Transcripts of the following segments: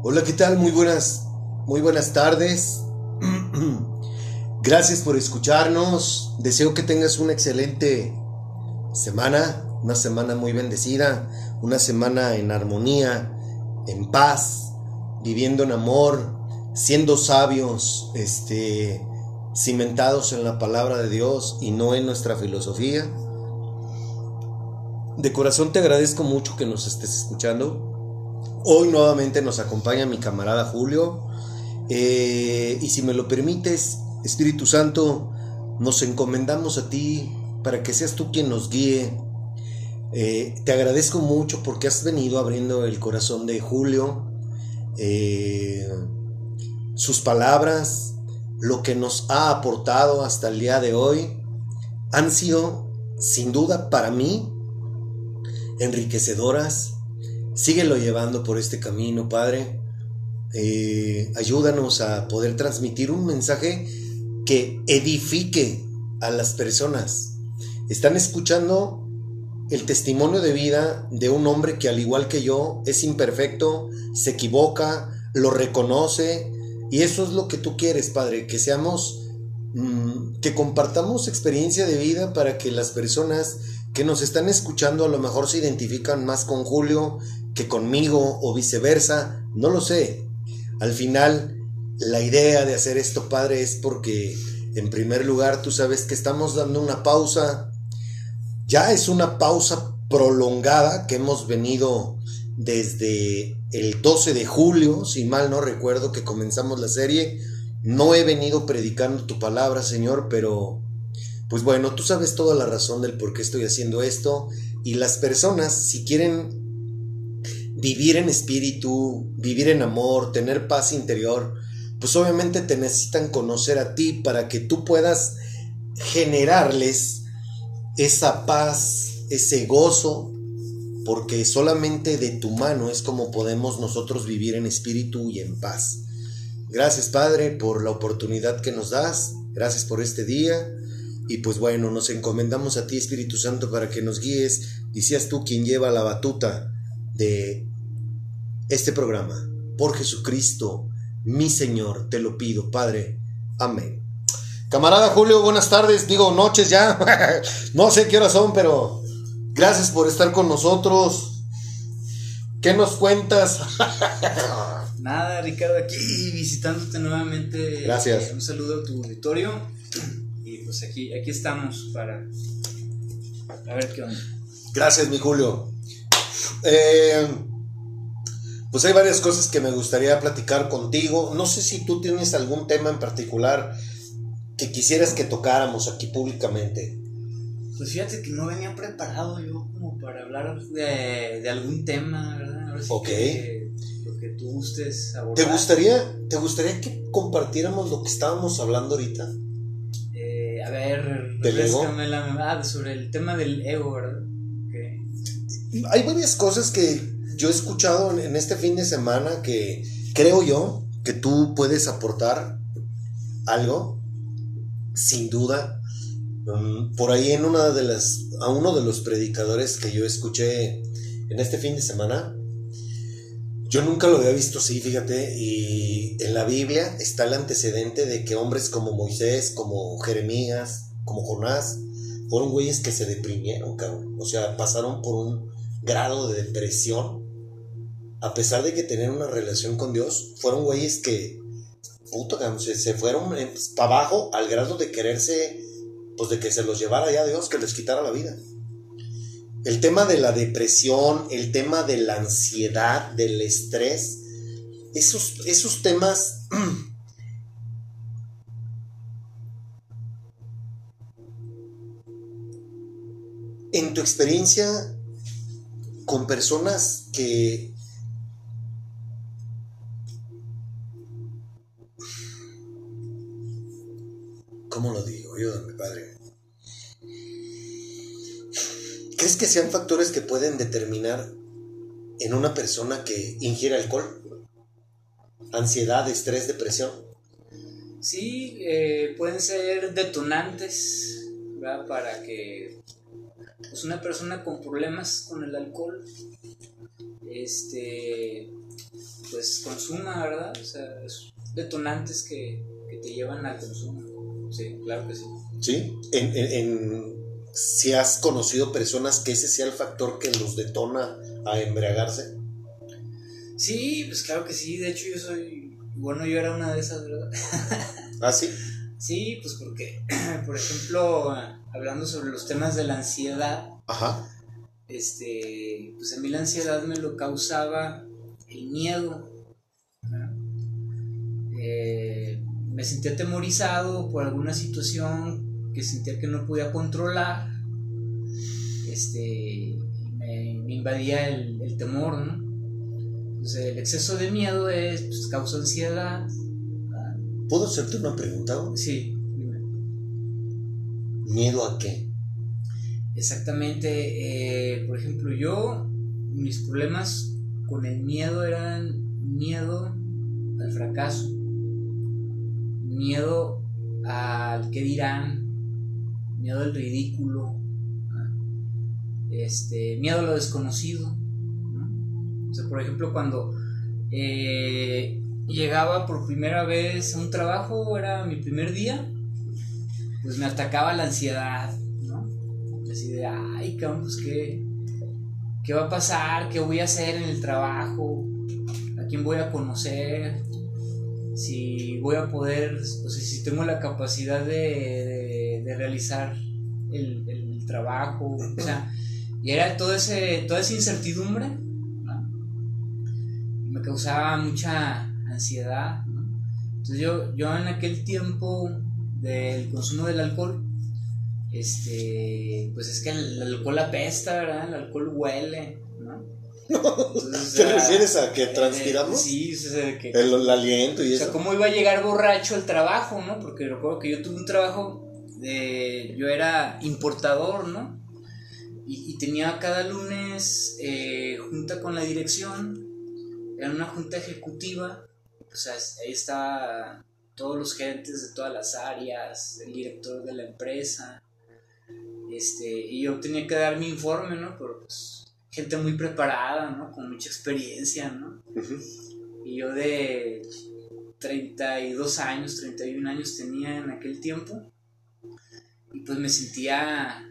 Hola, ¿qué tal? Muy buenas tardes. Gracias por escucharnos. Deseo que tengas una excelente semana, una semana muy bendecida, una semana en armonía, en paz, viviendo en amor, siendo sabios, cimentados en la palabra de Dios y no en nuestra filosofía. De corazón te agradezco mucho que nos estés escuchando. Hoy nuevamente nos acompaña mi camarada Julio. Y si me lo permites, Espíritu Santo, nos encomendamos a ti para que seas tú quien nos guíe. Te agradezco mucho porque has venido abriendo el corazón de Julio, sus palabras, lo que nos ha aportado hasta el día de hoy, han sido, sin duda, para mí, enriquecedoras. Síguelo llevando por este camino, Padre. Ayúdanos a poder transmitir un mensaje que edifique a las personas. Están escuchando el testimonio de vida de un hombre que, al igual que yo, es imperfecto, se equivoca, lo reconoce, y eso es lo que tú quieres, Padre, que seamos, que compartamos experiencia de vida para que las personas que nos están escuchando a lo mejor se identifican más con Julio que conmigo o viceversa, no lo sé. Al final, la idea de hacer esto, Padre, es porque, en primer lugar, tú sabes que estamos dando una pausa. Ya es una pausa prolongada que hemos venido desde el 12 de julio, si mal no recuerdo, que comenzamos la serie. No he venido predicando tu palabra, Señor, pero pues bueno, tú sabes toda la razón del por qué estoy haciendo esto. Y las personas, si quieren vivir en espíritu, vivir en amor, tener paz interior, pues obviamente te necesitan conocer a ti para que tú puedas generarles esa paz, ese gozo, porque solamente de tu mano es como podemos nosotros vivir en espíritu y en paz. Gracias, Padre, por la oportunidad que nos das. Gracias por este día. Y pues bueno, nos encomendamos a ti, Espíritu Santo, para que nos guíes y seas tú quien lleva la batuta de este programa. Por Jesucristo, mi Señor, te lo pido, Padre. Amén. Camarada Julio, buenas tardes, digo noches ya. No sé qué horas son, pero gracias por estar con nosotros. ¿Qué nos cuentas? Nada, Ricardo, aquí visitándote nuevamente. Gracias. Un saludo a tu auditorio. Y pues aquí estamos para a ver qué onda. Gracias, mi Julio. Pues hay varias cosas que me gustaría platicar contigo. No sé si tú tienes algún tema en particular que quisieras que tocáramos aquí públicamente. Pues fíjate que no venía preparado yo como para hablar de algún tema, ¿verdad? Ahora sí que lo que tú gustes abordar. ¿Te gustaría que compartiéramos lo que estábamos hablando ahorita? A ver, refrescame la memoria sobre el tema del ego, ¿verdad? Okay. Hay varias cosas que yo he escuchado en este fin de semana que creo yo que tú puedes aportar algo, sin duda. Por ahí a uno de los predicadores que yo escuché en este fin de semana, yo nunca lo había visto así, fíjate, y en la Biblia está el antecedente de que hombres como Moisés, como Jeremías, como Jonás, fueron güeyes que se deprimieron, cabrón. O sea, pasaron por un grado de depresión, a pesar de que tenían una relación con Dios. Fueron güeyes que, se fueron para abajo al grado de quererse, pues de que se los llevara ya Dios, que les quitara la vida. El tema de la depresión, el tema de la ansiedad, del estrés, esos temas en tu experiencia con personas que ¿cómo lo digo? Ayúdame, Padre. ¿Crees que sean factores que pueden determinar en una persona que ingiere alcohol? Ansiedad, estrés, depresión. Sí, pueden ser detonantes, ¿verdad? Para que pues una persona con problemas con el alcohol, pues consuma, ¿verdad? O sea, es detonantes que te llevan al consumo. Sí, claro que sí. Sí, si has conocido personas que ese sea el factor que los detona a embriagarse. Sí, pues claro que sí. De hecho, yo era una de esas, ¿verdad? ¿Ah, sí? Sí, pues porque, por ejemplo, hablando sobre los temas de la ansiedad. Ajá. Pues a mí la ansiedad me lo causaba el miedo, ¿no? Me sentía atemorizado por alguna situación que sentía que no podía controlar. Me invadía el temor, ¿no? Entonces el exceso de miedo pues, causa ansiedad. ¿Puedo hacerte una pregunta? Sí, dime. ¿Miedo a qué? Exactamente, por ejemplo, mis problemas con el miedo eran miedo al fracaso, miedo al qué dirán, miedo al ridículo, miedo a lo desconocido, ¿no? O sea, por ejemplo, cuando llegaba por primera vez a un trabajo, era mi primer día, pues me atacaba la ansiedad, ¿no? Así de, ay, cabrón, pues ¿qué va a pasar? ¿Qué voy a hacer en el trabajo? ¿A quién voy a conocer? Si voy a poder, o sea, si tengo la capacidad de realizar el trabajo, o sea, y era toda esa incertidumbre, ¿no? Me causaba mucha ansiedad, ¿no? Entonces yo en aquel tiempo del consumo del alcohol, pues es que el alcohol apesta, ¿verdad? El alcohol huele, ¿no? Entonces, ¿Te refieres a que transpiramos? Sí, o sea, que el aliento y eso. O sea, ¿cómo iba a llegar borracho al trabajo, no? Porque recuerdo que yo tuve un trabajo yo era importador, ¿no? Y tenía cada lunes junta con la dirección, era una junta ejecutiva, o sea, ahí estaban todos los gerentes de todas las áreas, el director de la empresa, y yo tenía que dar mi informe, ¿no? Pero pues gente muy preparada, ¿no? Con mucha experiencia, ¿no? Uh-huh. Y yo de 32 años, 31 años tenía en aquel tiempo, y pues me sentía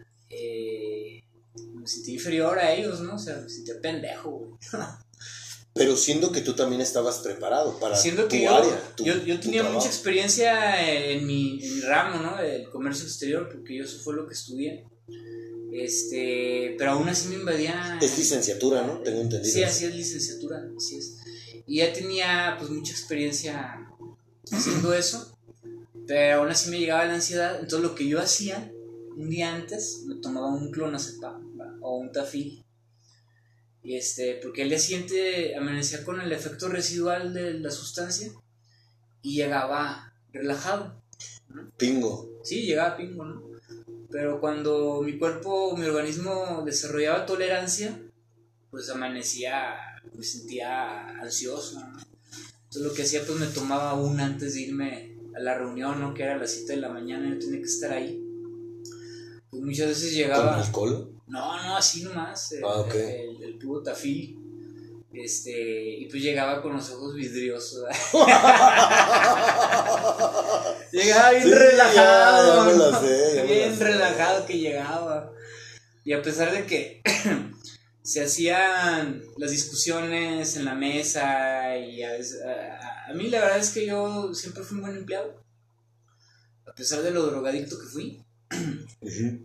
inferior a ellos, ¿no? O sea, me sentía pendejo, güey. Pero siendo que tú también estabas preparado para siendo que tu área. Yo tenía mucha experiencia en mi ramo, ¿no? El comercio exterior, porque yo eso fue lo que estudié. Pero aún así me invadía. Es licenciatura, ¿no? Tengo entendido. Sí, así es licenciatura, así es. Y ya tenía pues mucha experiencia haciendo eso, pero aún así me llegaba la ansiedad. Entonces lo que yo hacía un día antes, me tomaba un clonazepam o un tafil. Porque el día siguiente amanecía con el efecto residual de la sustancia y llegaba relajado, ¿no? Pingo. Sí, llegaba pingo, ¿no? Pero cuando mi organismo desarrollaba tolerancia, pues amanecía, me sentía ansioso, ¿no? Entonces lo que hacía, pues me tomaba una antes de irme a la reunión, ¿no? Que era a las 7 de la mañana, yo tenía que estar ahí. Pues muchas veces llegaba... ¿Con alcohol? No, así nomás, Okay. el puro tafil, y pues llegaba con los ojos vidriosos. Llegaba bien relajado, ya me la sé, bien relajado que llegaba, y a pesar de que se hacían las discusiones en la mesa, y a mí la verdad es que yo siempre fui un buen empleado, a pesar de lo drogadicto que fui. Uh-huh.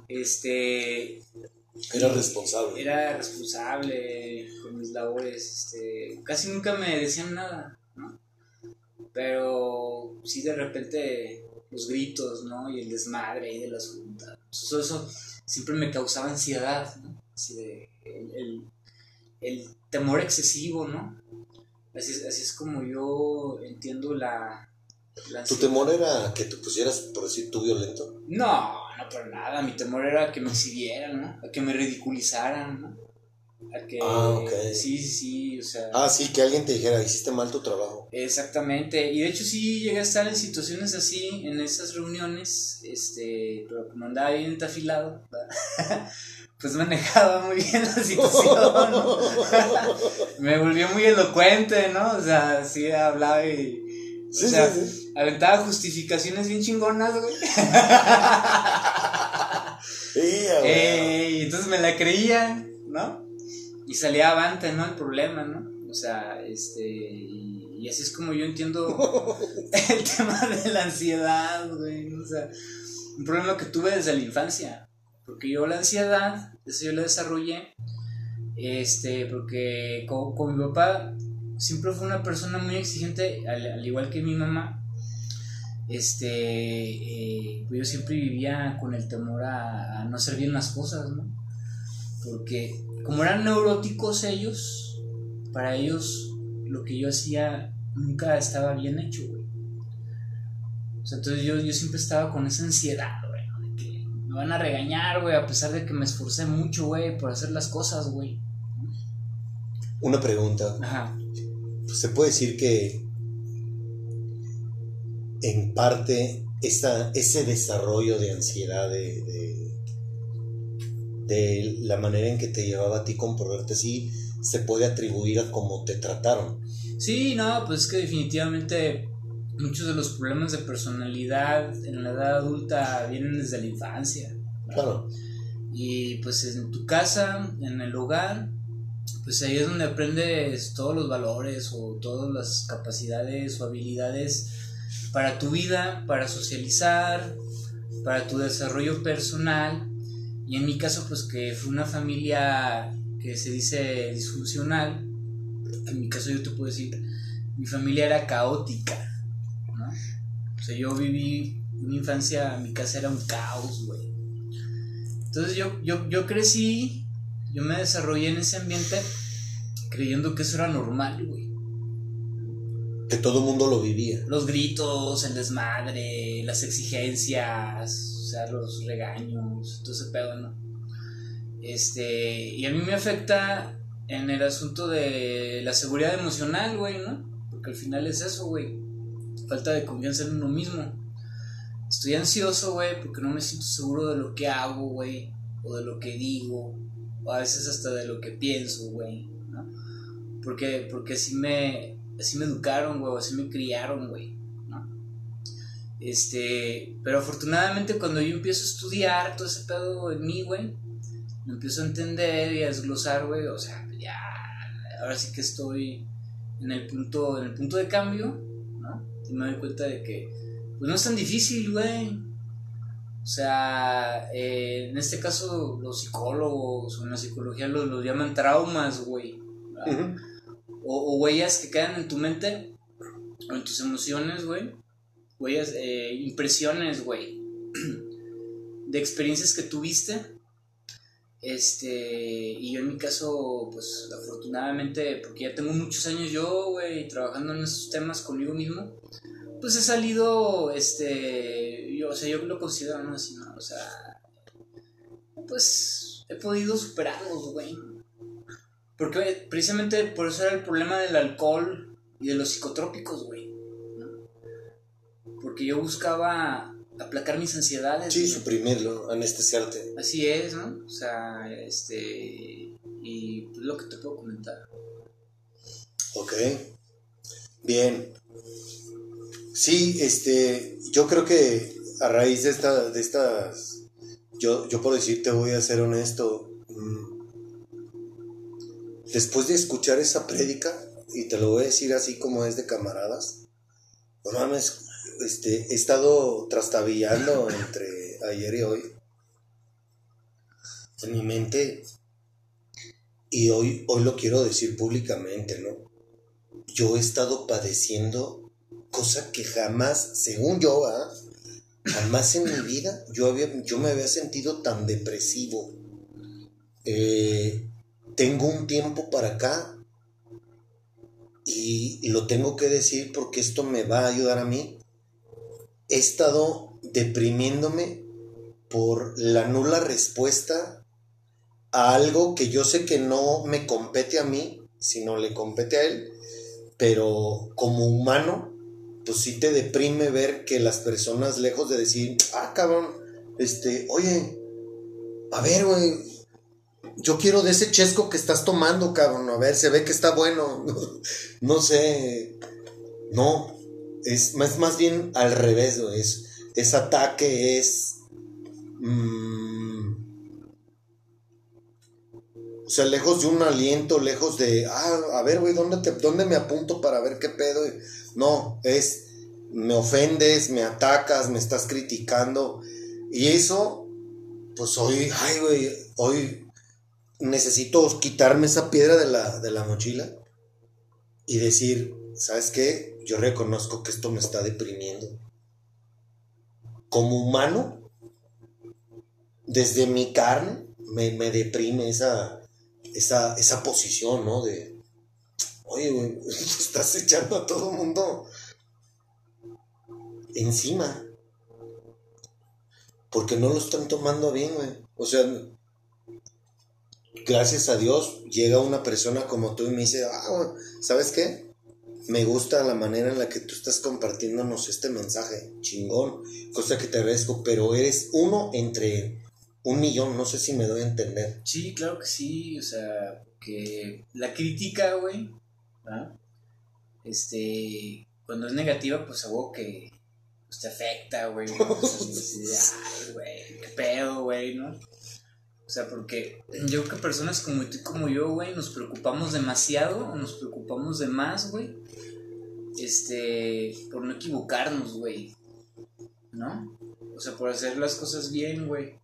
Era responsable con mis labores, casi nunca me decían nada, ¿no? Pero sí de repente los gritos, ¿no? Y el desmadre ahí de las juntas, todo eso siempre me causaba ansiedad, ¿no? Así de el temor excesivo, no. Así es como yo entiendo la ¿Tu temor era que te pusieras, por decir, tú violento? No, para nada. Mi temor era que me exhibieran, ¿no? A que me ridiculizaran, ¿no? a que... Ok. Sí, o sea... Sí, que alguien te dijera, hiciste mal tu trabajo. Exactamente, y de hecho sí llegué a estar en situaciones así, en esas reuniones, pero como andaba bien entafilado, ¿verdad? Pues manejaba muy bien la situación, ¿no? Me volvió muy elocuente, ¿no? O sea, sí hablaba y... Sí, o sea, sí. aventaba justificaciones bien chingonas, güey. Güey. Entonces me la creía, ¿no? Y salía avante, ¿no? El problema, ¿no? O sea, y así es como yo entiendo el tema de la ansiedad, güey. O sea, un problema que tuve desde la infancia. Porque yo la ansiedad, eso yo la desarrollé, porque con mi papá siempre fue una persona muy exigente, al igual que mi mamá. Pues yo siempre vivía con el temor a no hacer bien las cosas, ¿no? Porque como eran neuróticos ellos, para ellos lo que yo hacía nunca estaba bien hecho, güey. O sea, entonces yo siempre estaba con esa ansiedad, güey, ¿no? De que me van a regañar, güey, a pesar de que me esforcé mucho, güey, por hacer las cosas, güey. Una pregunta. Ajá. Pues se puede decir que en parte ese desarrollo de ansiedad de la manera en que te llevaba a ti comportarte así se puede atribuir a cómo te trataron. Sí, no, pues es que definitivamente muchos de los problemas de personalidad en la edad adulta vienen desde la infancia, ¿verdad? Claro. Y pues en tu casa, en el hogar, pues ahí es donde aprendes todos los valores o todas las capacidades o habilidades para tu vida, para socializar, para tu desarrollo personal. Y en mi caso, pues que fue una familia que se dice disfuncional. En mi caso yo te puedo decir, mi familia era caótica, ¿no? O sea, yo viví una infancia, mi casa era un caos, güey. Entonces yo crecí, yo me desarrollé en ese ambiente creyendo que eso era normal, güey. Que todo el mundo lo vivía. Los gritos, el desmadre, las exigencias, o sea, los regaños, todo ese pedo, ¿no? Y a mí me afecta en el asunto de la seguridad emocional, güey, ¿no? Porque al final es eso, güey. Falta de confianza en uno mismo. Estoy ansioso, güey, porque no me siento seguro de lo que hago, güey, o de lo que digo, o a veces hasta de lo que pienso, güey, ¿no? Porque así me educaron, güey, así me criaron, güey, ¿no? Pero afortunadamente cuando yo empiezo a estudiar todo ese pedo en mí, güey, me empiezo a entender y a desglosar, güey, o sea, ya, ahora sí que estoy en el punto de cambio, ¿no? Y me doy cuenta de que, pues no es tan difícil, güey. O sea, en este caso los psicólogos o en la psicología lo llaman traumas, güey. Uh-huh. O huellas que quedan en tu mente o en tus emociones, güey. Huellas, impresiones, güey, de experiencias que tuviste. Y yo en mi caso, pues afortunadamente, porque ya tengo muchos años yo, güey, trabajando en esos temas conmigo mismo, pues he salido, yo lo considero, ¿no? Así, ¿no? O sea, pues he podido superarlos, güey. Porque precisamente por eso era el problema del alcohol y de los psicotrópicos, güey, ¿no? Porque yo buscaba aplacar mis ansiedades. Sí, suprimirlo, anestesiarte. Así es, ¿no? O sea, y pues lo que te puedo comentar. Ok. Bien. Sí, yo creo que a raíz de estas, yo por decirte voy a ser honesto, después de escuchar esa prédica, y te lo voy a decir así como es de camaradas, no mames, he estado trastabillando entre ayer y hoy en mi mente, y hoy lo quiero decir públicamente, ¿no? Yo he estado padeciendo cosa que jamás, según yo, jamás en mi vida yo me había sentido tan depresivo. Tengo un tiempo para acá y lo tengo que decir porque esto me va a ayudar a mí. He estado deprimiéndome por la nula respuesta a algo que yo sé que no me compete a mí, sino le compete a él, pero como humano, pues sí te deprime ver que las personas, lejos de decir, cabrón, oye, a ver, güey, yo quiero de ese chesco que estás tomando, cabrón, a ver, se ve que está bueno, no sé, no, es más bien al revés, güey, es ataque, o sea, lejos de un aliento, lejos de, a ver, güey, ¿dónde me apunto para ver qué pedo? No, me ofendes, me atacas, me estás criticando. Y eso, pues hoy necesito quitarme esa piedra de la mochila y decir, ¿sabes qué? Yo reconozco que esto me está deprimiendo. Como humano, desde mi carne, me deprime esa posición, ¿no? De, oye, güey, estás echando a todo el mundo encima. Porque no lo están tomando bien, güey. O sea, gracias a Dios llega una persona como tú y me dice, güey, ¿sabes qué? Me gusta la manera en la que tú estás compartiéndonos este mensaje. Chingón. Cosa que te agradezco, pero eres uno entre 1,000,000, no sé si me doy a entender. Sí, claro que sí, o sea, que la crítica, güey, ¿ah? Cuando es negativa, pues algo que pues, te afecta, güey, ¿no? O sea, ay, güey, qué pedo, güey, ¿no? O sea, porque yo creo que personas como tú y como yo, güey, nos preocupamos demasiado, o nos preocupamos de más, güey, por no equivocarnos, güey, ¿no? O sea, por hacer las cosas bien, güey.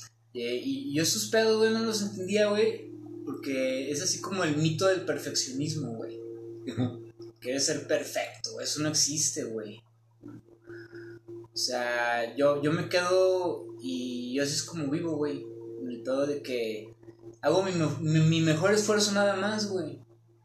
Y yo esos pedos, güey, no los entendía, güey, porque es así como el mito del perfeccionismo, güey. Quieres ser perfecto, eso no existe, güey. O sea, yo me quedo y yo así es como vivo, güey. En el pedo de que hago mi mejor esfuerzo nada más, güey.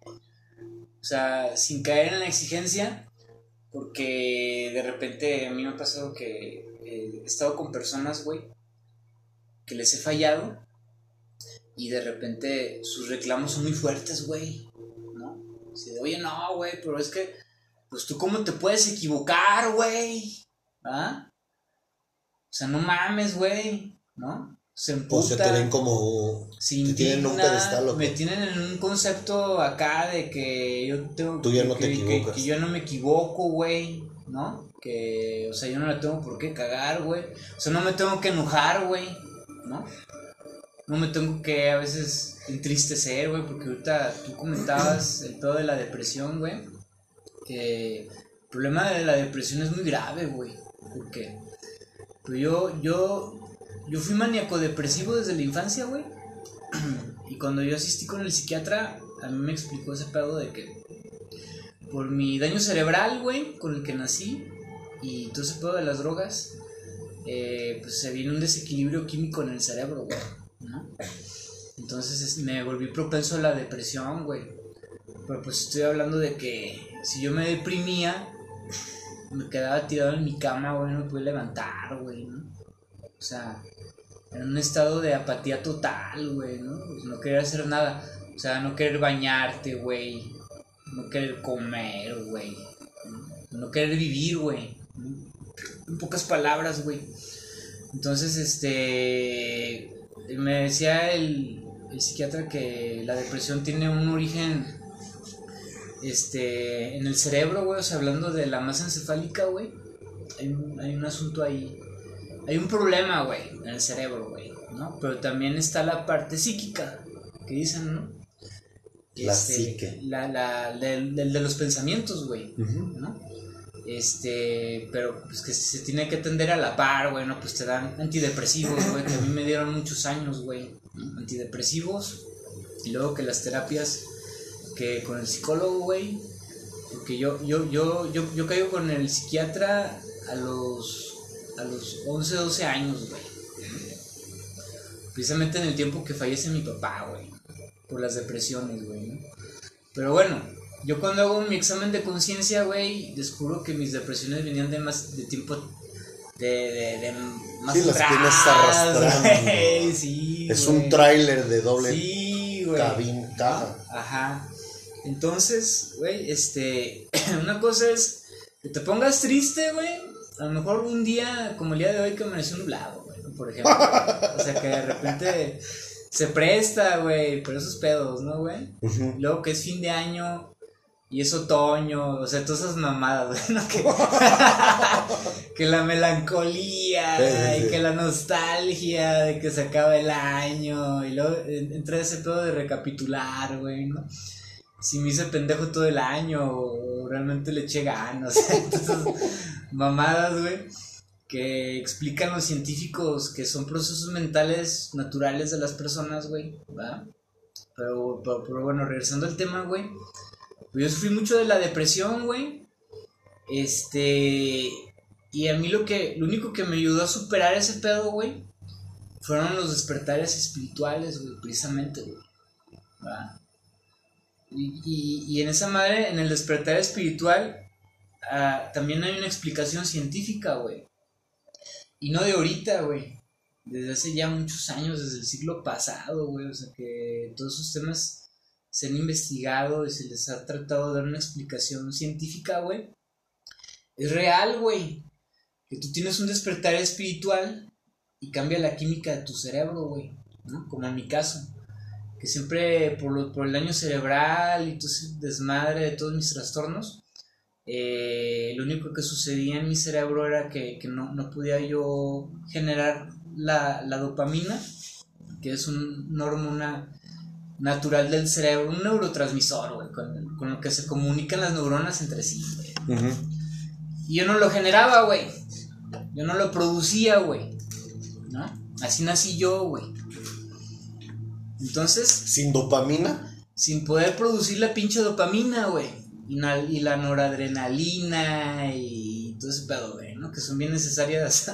O sea, sin caer en la exigencia, porque de repente a mí me ha pasado que he estado con personas, güey, que les he fallado y de repente sus reclamos son muy fuertes, güey, ¿no? Así de, oye, no, güey, pero es que, pues tú cómo te puedes equivocar, güey, ¿ah? O sea, no mames, güey, ¿no? Se emputa. O sea, te ven como, te tienen un pedestal, ¿o qué? Me tienen en un concepto acá de que yo tengo tú ya no te equivocas. Que yo no me equivoco, güey, ¿no? Que, o sea, yo no la tengo por qué cagar, güey. O sea, no me tengo que enojar, güey, ¿no? No me tengo que a veces entristecer, güey, porque ahorita tú comentabas el pedo de la depresión, güey. Que el problema de la depresión es muy grave, güey. ¿Por qué? Pues yo fui maníaco depresivo desde la infancia, güey. Y cuando yo asistí con el psiquiatra, a mí me explicó ese pedo de que por mi daño cerebral, güey, con el que nací, y todo ese pedo de las drogas, pues se viene un desequilibrio químico en el cerebro, güey, ¿no? Entonces me volví propenso a la depresión, güey. Pero pues estoy hablando de que si yo me deprimía, me quedaba tirado en mi cama, güey, no me podía levantar, güey, ¿no? O sea, en un estado de apatía total, güey, ¿no? Pues no querer hacer nada. O sea, no querer bañarte, güey. No querer comer, güey. No querer vivir, güey. En pocas palabras, güey. Entonces, me decía el psiquiatra que la depresión tiene un origen, en el cerebro, güey. O sea, hablando de la masa encefálica, güey. Hay un asunto ahí. Hay un problema, güey, en el cerebro, güey, ¿no? Pero también está la parte psíquica, que dicen, ¿no? La psique. De los pensamientos, güey, ¿no? Pero pues que se tiene que atender a la par, güey, ¿no? Pues te dan antidepresivos, güey, que a mí me dieron muchos años, güey, ¿no? Antidepresivos, y luego que las terapias que con el psicólogo, güey, porque yo caigo con el psiquiatra a los 11, 12 años, güey. Precisamente en el tiempo que fallece mi papá, güey. Por las depresiones, güey, ¿no? Pero bueno, yo cuando hago mi examen de conciencia, güey, descubro que mis depresiones venían de tiempo de más sí, atrás, las tienes arrastrando. Sí, Es güey. un tráiler de doble Sí, güey. caja. Ajá. Entonces, güey, una cosa es que te pongas triste, güey. A lo mejor un día, como el día de hoy, que amaneció nublado, güey, por ejemplo. O sea, que de repente se presta, güey, por esos pedos, ¿no, güey? Uh-huh. Luego que es fin de año y es otoño, o sea, todas esas mamadas, güey, ¿no? Que la melancolía, sí. y que la nostalgia de que se acaba el año, y luego entra ese pedo de recapitular, güey, ¿no? Si me hice pendejo todo el año o realmente le eché ganas, entonces mamadas, güey, que explican los científicos que son procesos mentales naturales de las personas, güey, ¿verdad? Pero bueno, regresando al tema, güey, pues yo sufrí mucho de la depresión, güey, y a mí lo único que me ayudó a superar ese pedo, güey, fueron los despertares espirituales, güey, precisamente, güey, ¿verdad? Y en esa madre, en el despertar espiritual, también hay una explicación científica, güey. Y no de ahorita, güey. Desde hace ya muchos años, desde el siglo pasado, güey. O sea que todos esos temas se han investigado y se les ha tratado de dar una explicación científica, güey. Es real, güey. Que tú tienes un despertar espiritual y cambia la química de tu cerebro, güey, ¿no? Como en mi caso. Que siempre por el daño cerebral y todo ese desmadre de todos mis trastornos, lo único que sucedía en mi cerebro era que no podía yo generar la dopamina, que es una hormona natural del cerebro, un neurotransmisor, güey, con lo que se comunican las neuronas entre sí, güey. Uh-huh. Y yo no lo generaba, güey. Yo no lo producía, güey, ¿no? Así nací yo, güey. Entonces, ¿sin dopamina? Sin poder producir la pinche dopamina, güey. Y la noradrenalina y todo ese pedo, güey, ¿no? Que son bien necesarias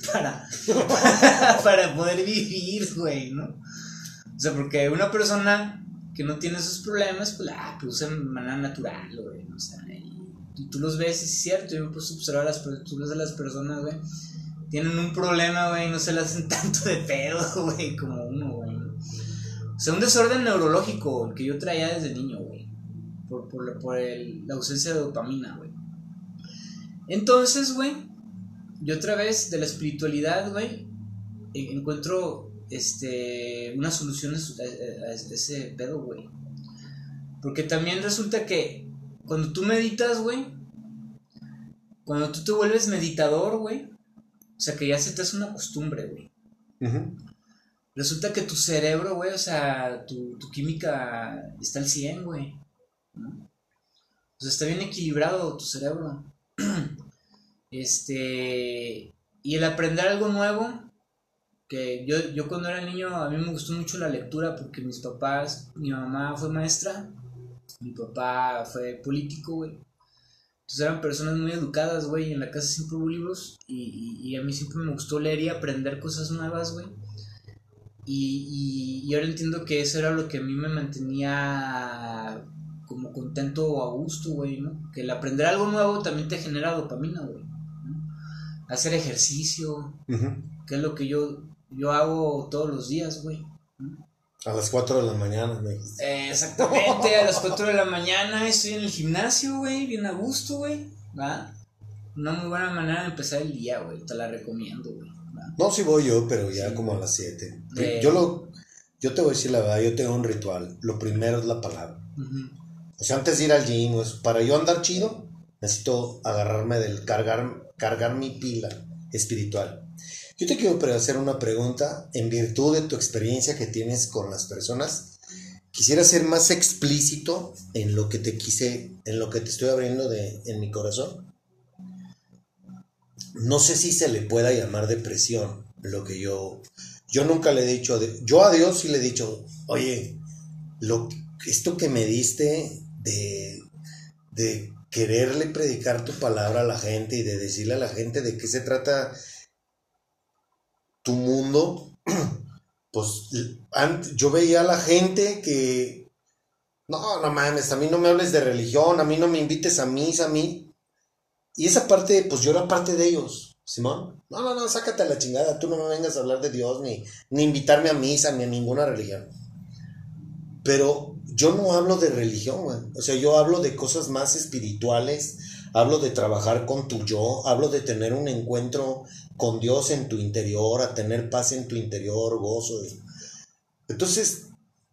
para poder vivir, güey, ¿no? O sea, porque una persona que no tiene esos problemas, pues la produce de manera natural, güey, ¿no? O sea, y tú los ves, y es cierto, yo me puse a observar tú ves a las personas, güey, tienen un problema, güey, no se le hacen tanto de pedo, güey, como uno, güey, ¿no? O sea, un desorden neurológico que yo traía desde niño, güey. Por la ausencia de dopamina, güey. Entonces, güey, yo otra vez de la espiritualidad, güey, encuentro una solución a ese pedo, güey. Porque también resulta que cuando tú meditas, güey, cuando tú te vuelves meditador, güey, o sea, que ya se te hace una costumbre, güey. Uh-huh. Resulta que tu cerebro, güey, o sea, tu química está al 100, güey, ¿no? O sea, está bien equilibrado tu cerebro. Y el aprender algo nuevo, que yo cuando era niño, a mí me gustó mucho la lectura porque mi mamá fue maestra, mi papá fue político, güey. Entonces eran personas muy educadas, güey, en la casa siempre hubo libros y a mí siempre me gustó leer y aprender cosas nuevas, güey. Y ahora entiendo que eso era lo que a mí me mantenía como contento o a gusto, güey, ¿no? Que el aprender algo nuevo también te genera dopamina, güey, ¿no? Hacer ejercicio, uh-huh, que es lo que yo hago todos los días, güey, ¿no? A las 4 de la mañana, me dijiste. Exactamente, a las 4 de la mañana estoy en el gimnasio, güey, bien a gusto, güey, ¿va? Una muy buena manera de empezar el día, güey, te la recomiendo, güey. No, sí voy yo, pero ya sí, como a las 7. Yo te voy a decir la verdad, yo tengo un ritual. Lo primero es la palabra. Uh-huh. O sea, antes de ir al gym, para yo andar chido, necesito agarrarme cargar mi pila espiritual. Yo te quiero hacer una pregunta en virtud de tu experiencia que tienes con las personas. Quisiera ser más explícito en lo que te estoy abriendo en mi corazón. No sé si se le pueda llamar depresión, lo que yo nunca le he dicho, yo a Dios sí le he dicho, oye, esto que me diste de quererle predicar tu palabra a la gente y de decirle a la gente de qué se trata tu mundo, pues yo veía a la gente que, no mames, a mí no me hables de religión, a mí no me invites a misa, a mí. Y esa parte, pues yo era parte de ellos. Simón, no, sácate a la chingada, tú no me vengas a hablar de Dios, ni invitarme a misa, ni a ninguna religión. Pero yo no hablo de religión, güey. O sea, yo hablo de cosas más espirituales, hablo de trabajar con tu yo, hablo de tener un encuentro con Dios en tu interior, a tener paz en tu interior, gozo. Entonces,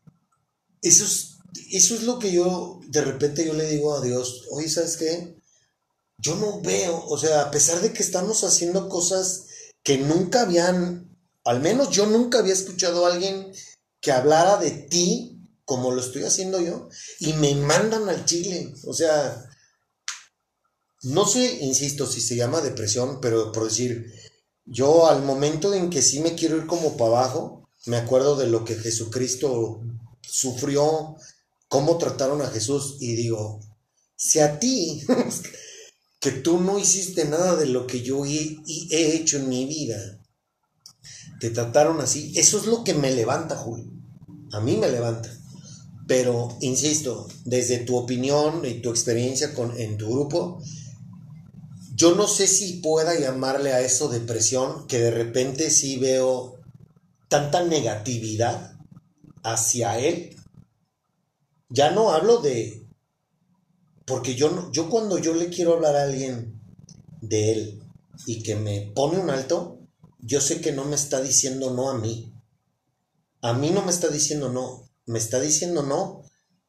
eso es lo que yo, de repente yo le digo a Dios, oye, ¿sabes qué? Yo no veo, o sea, a pesar de que estamos haciendo cosas que nunca habían, al menos yo nunca había escuchado a alguien que hablara de ti como lo estoy haciendo yo, y me mandan al chile, o sea, no sé, insisto, si se llama depresión, pero por decir, yo al momento en que sí me quiero ir como para abajo, me acuerdo de lo que Jesucristo sufrió, cómo trataron a Jesús, y digo, si a ti que tú no hiciste nada de lo que yo he hecho en mi vida, te trataron así, eso es lo que me levanta, Julio. A mí me levanta. Pero, insisto, desde tu opinión y tu experiencia en tu grupo, yo no sé si pueda llamarle a eso depresión, que de repente sí veo tanta negatividad hacia él. Ya no hablo de... Porque yo cuando yo le quiero hablar a alguien de él y que me pone un alto, yo sé que no me está diciendo no a mí. A mí no me está diciendo no. Me está diciendo no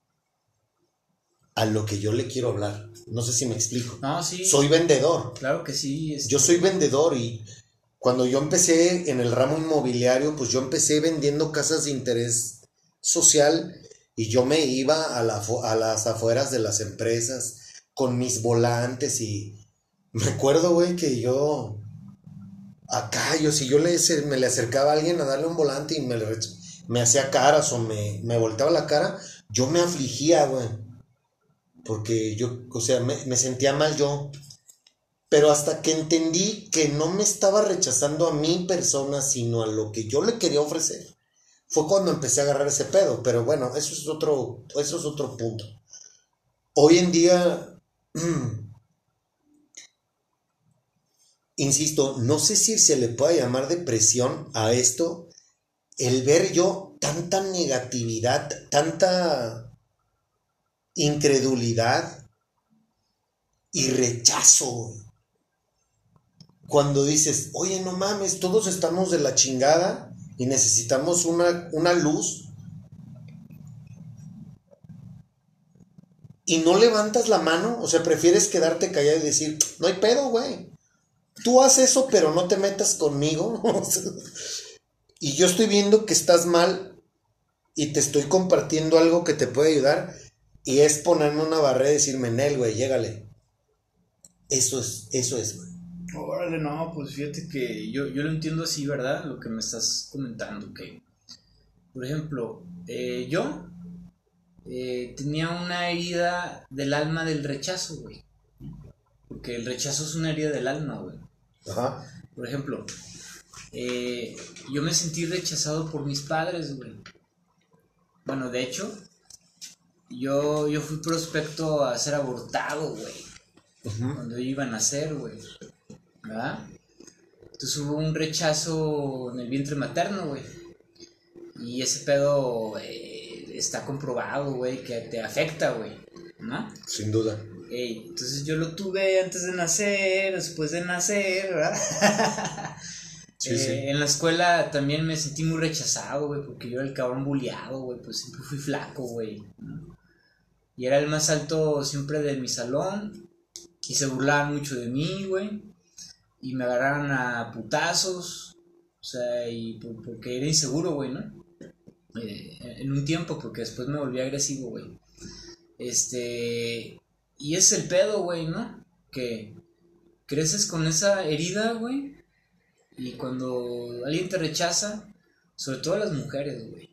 a lo que yo le quiero hablar. No sé si me explico. No, sí. Soy vendedor. Claro que sí. Yo soy vendedor y cuando yo empecé en el ramo inmobiliario, pues yo empecé vendiendo casas de interés social y yo me iba a las afueras de las empresas con mis volantes y me acuerdo, güey, que yo acá, si yo me le acercaba a alguien a darle un volante y me hacía caras o me volteaba la cara, yo me afligía, güey. Porque yo, o sea, me sentía mal yo. Pero hasta que entendí que no me estaba rechazando a mi persona, sino a lo que yo le quería ofrecer, fue cuando empecé a agarrar ese pedo. Pero bueno, eso es otro punto. Hoy en día, insisto, no sé si se le puede llamar depresión a esto, el ver yo tanta negatividad, tanta incredulidad y rechazo. Cuando dices, oye, no mames, todos estamos de la chingada y necesitamos una luz, y no levantas la mano, o sea, prefieres quedarte callado y decir, no hay pedo, güey. Tú haces eso, pero no te metas conmigo. Y yo estoy viendo que estás mal y te estoy compartiendo algo que te puede ayudar, y es ponerme una barrera y decirme, Nel, güey, llégale. Eso es, güey. Órale, no, pues fíjate que yo lo entiendo así, ¿verdad? Lo que me estás comentando, que, por ejemplo, yo tenía una herida del alma del rechazo, güey. Porque el rechazo es una herida del alma, güey. Ajá. Por ejemplo, yo me sentí rechazado por mis padres, güey. Bueno, de hecho, yo fui prospecto a ser abortado, güey. Cuando iba a nacer, güey. ¿Verdad? Entonces hubo un rechazo en el vientre materno, güey. Y ese pedo está comprobado, güey, que te afecta, güey, ¿no? Sin duda. Entonces yo lo tuve antes de nacer, después de nacer, ¿verdad? Sí, sí. En la escuela también me sentí muy rechazado, güey, porque yo era el cabrón bulleado, güey, pues siempre fui flaco, güey, ¿no? Y era el más alto siempre de mi salón, y se burlaban mucho de mí, güey, y me agarraron a putazos, o sea, y porque era inseguro, güey, ¿no? En un tiempo, porque después me volví agresivo, güey. Y es el pedo, güey, ¿no? Que creces con esa herida, güey, y cuando alguien te rechaza, sobre todo las mujeres, güey,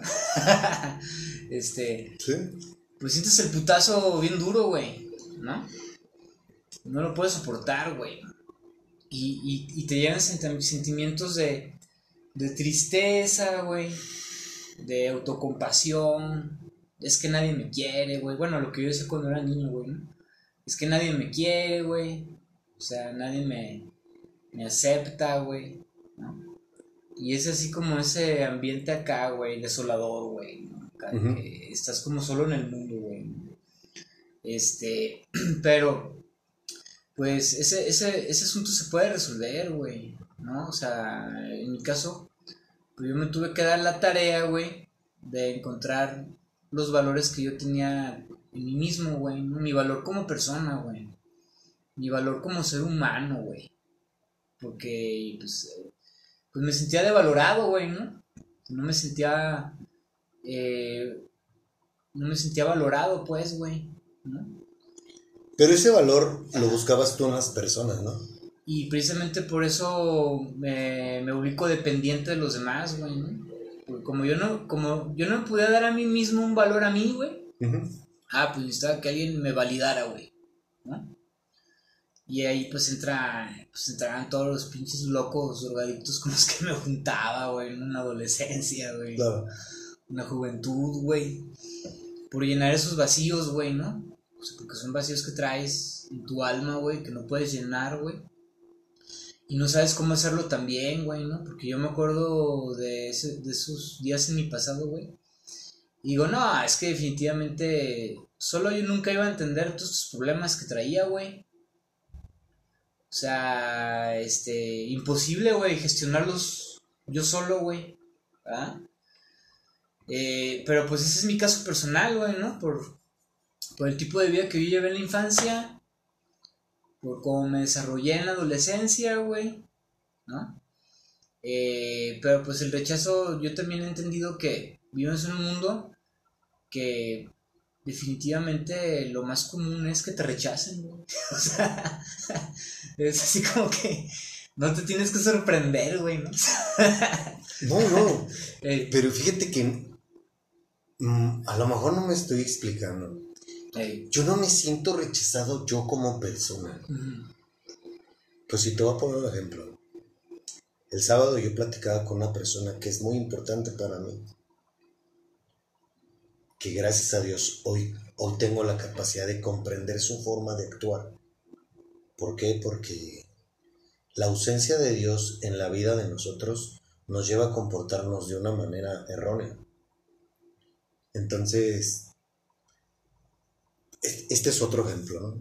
¿Sí? pues sientes el putazo bien duro, güey, ¿no? No lo puedes soportar, güey. Y te llegan sentimientos de tristeza, güey, de autocompasión. Es que nadie me quiere, güey. Bueno, lo que yo decía cuando era niño, güey, ¿no? Es que nadie me quiere, güey. O sea, nadie me me acepta, güey, ¿no? Y es así como ese ambiente acá, güey, desolador, güey, ¿no? Acá, que estás como solo en el mundo, güey. Pero, pues, ese asunto se puede resolver, güey, ¿no? O sea, en mi caso, pues yo me tuve que dar la tarea, güey, de encontrar los valores que yo tenía en mí mismo, güey, ¿no? Mi valor como persona, güey. Mi valor como ser humano, güey. Porque, pues me sentía devalorado, güey, ¿no? No me sentía, eh, no me sentía valorado, pues, güey, ¿no? Pero ese valor lo buscabas tú en las personas, ¿no? Y precisamente por eso me ubico dependiente de los demás, güey, ¿no? Porque como yo no me podía dar a mí mismo un valor a mí, güey. Pues necesitaba que alguien me validara, güey, ¿no? Y ahí pues entraban todos los pinches locos drogadictos con los que me juntaba, güey, en una adolescencia, güey. Claro. Una juventud, güey. Por llenar esos vacíos, güey, ¿no? O sea, porque son vacíos que traes en tu alma, güey, que no puedes llenar, güey. Y no sabes cómo hacerlo también, güey, ¿no? Porque yo me acuerdo de esos días en mi pasado, güey. Y digo, no, es que definitivamente solo yo nunca iba a entender todos estos problemas que traía, güey. O sea, imposible, güey, gestionarlos yo solo, güey. ¿Ah? Pero pues ese es mi caso personal, güey, ¿no? Por el tipo de vida que yo llevé en la infancia, por cómo me desarrollé en la adolescencia, güey, ¿no? Pero pues el rechazo, yo también he entendido que vivimos en un mundo que definitivamente lo más común es que te rechacen, güey. O sea, es así como que no te tienes que sorprender, güey, ¿no? No. Pero fíjate que a lo mejor no me estoy explicando. Yo no me siento rechazado yo como persona. Pues si te voy a poner un ejemplo. El sábado yo platicaba con una persona que es muy importante para mí. Que gracias a Dios hoy tengo la capacidad de comprender su forma de actuar. ¿Por qué? Porque la ausencia de Dios en la vida de nosotros nos lleva a comportarnos de una manera errónea. Entonces, este es otro ejemplo, ¿no?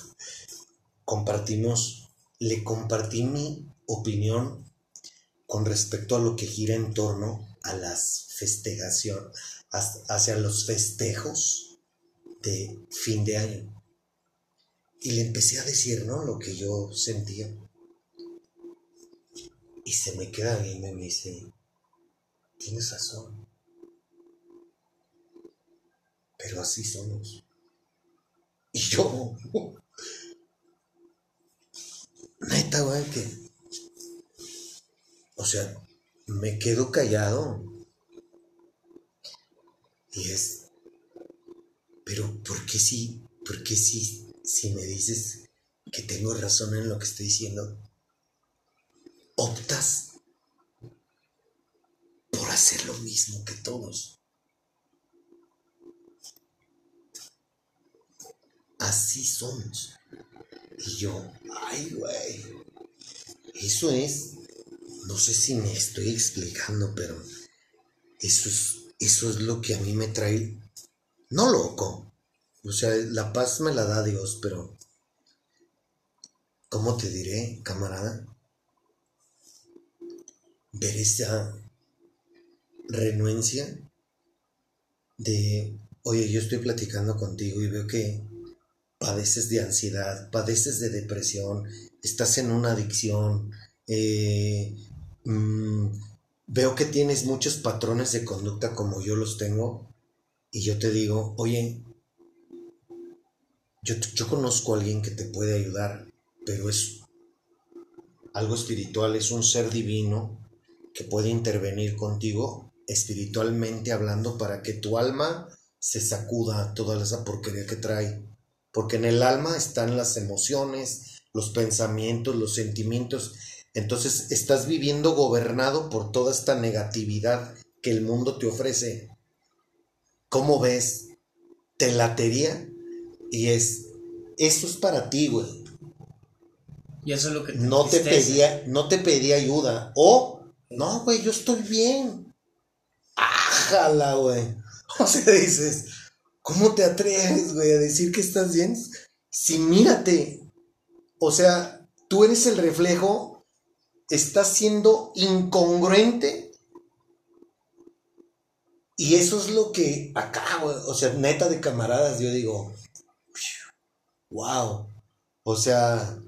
Le compartí mi opinión con respecto a lo que gira en torno a las festejaciones, hacia los festejos de fin de año. Y le empecé a decir, ¿no? Lo que yo sentía. Y se me queda viendo y me dice, tienes razón. Pero así somos. Y yo, neta, güey, o sea, me quedo callado. Y pero ¿por qué sí? ¿Por qué sí? Si me dices que tengo razón en lo que estoy diciendo, optas por hacer lo mismo que todos. Así somos. Y yo, ay, güey, eso es, no sé si me estoy explicando, pero eso es lo que a mí me trae, no loco, o sea, la paz me la da Dios, pero, ¿cómo te diré, camarada? Ver esa renuencia de, oye, yo estoy platicando contigo y veo que padeces de ansiedad, padeces de depresión, estás en una adicción, veo que tienes muchos patrones de conducta como yo los tengo, y yo te digo, oye, yo conozco a alguien que te puede ayudar, pero es algo espiritual, es un ser divino que puede intervenir contigo espiritualmente hablando para que tu alma se sacuda toda esa porquería que trae. Porque en el alma están las emociones, los pensamientos, los sentimientos. Entonces estás viviendo gobernado por toda esta negatividad que el mundo te ofrece. ¿Cómo ves? ¿Te latería? Y eso es para ti, güey. Y eso es lo que te no te pedía ayuda. O, no, güey, yo estoy bien. Ájala, güey. O sea, dices, ¿cómo te atreves, güey, a decir que estás bien? Si mírate, o sea, tú eres el reflejo, estás siendo incongruente. Y eso es lo que acá, güey, o sea, neta de camaradas, yo digo, wow, o sea,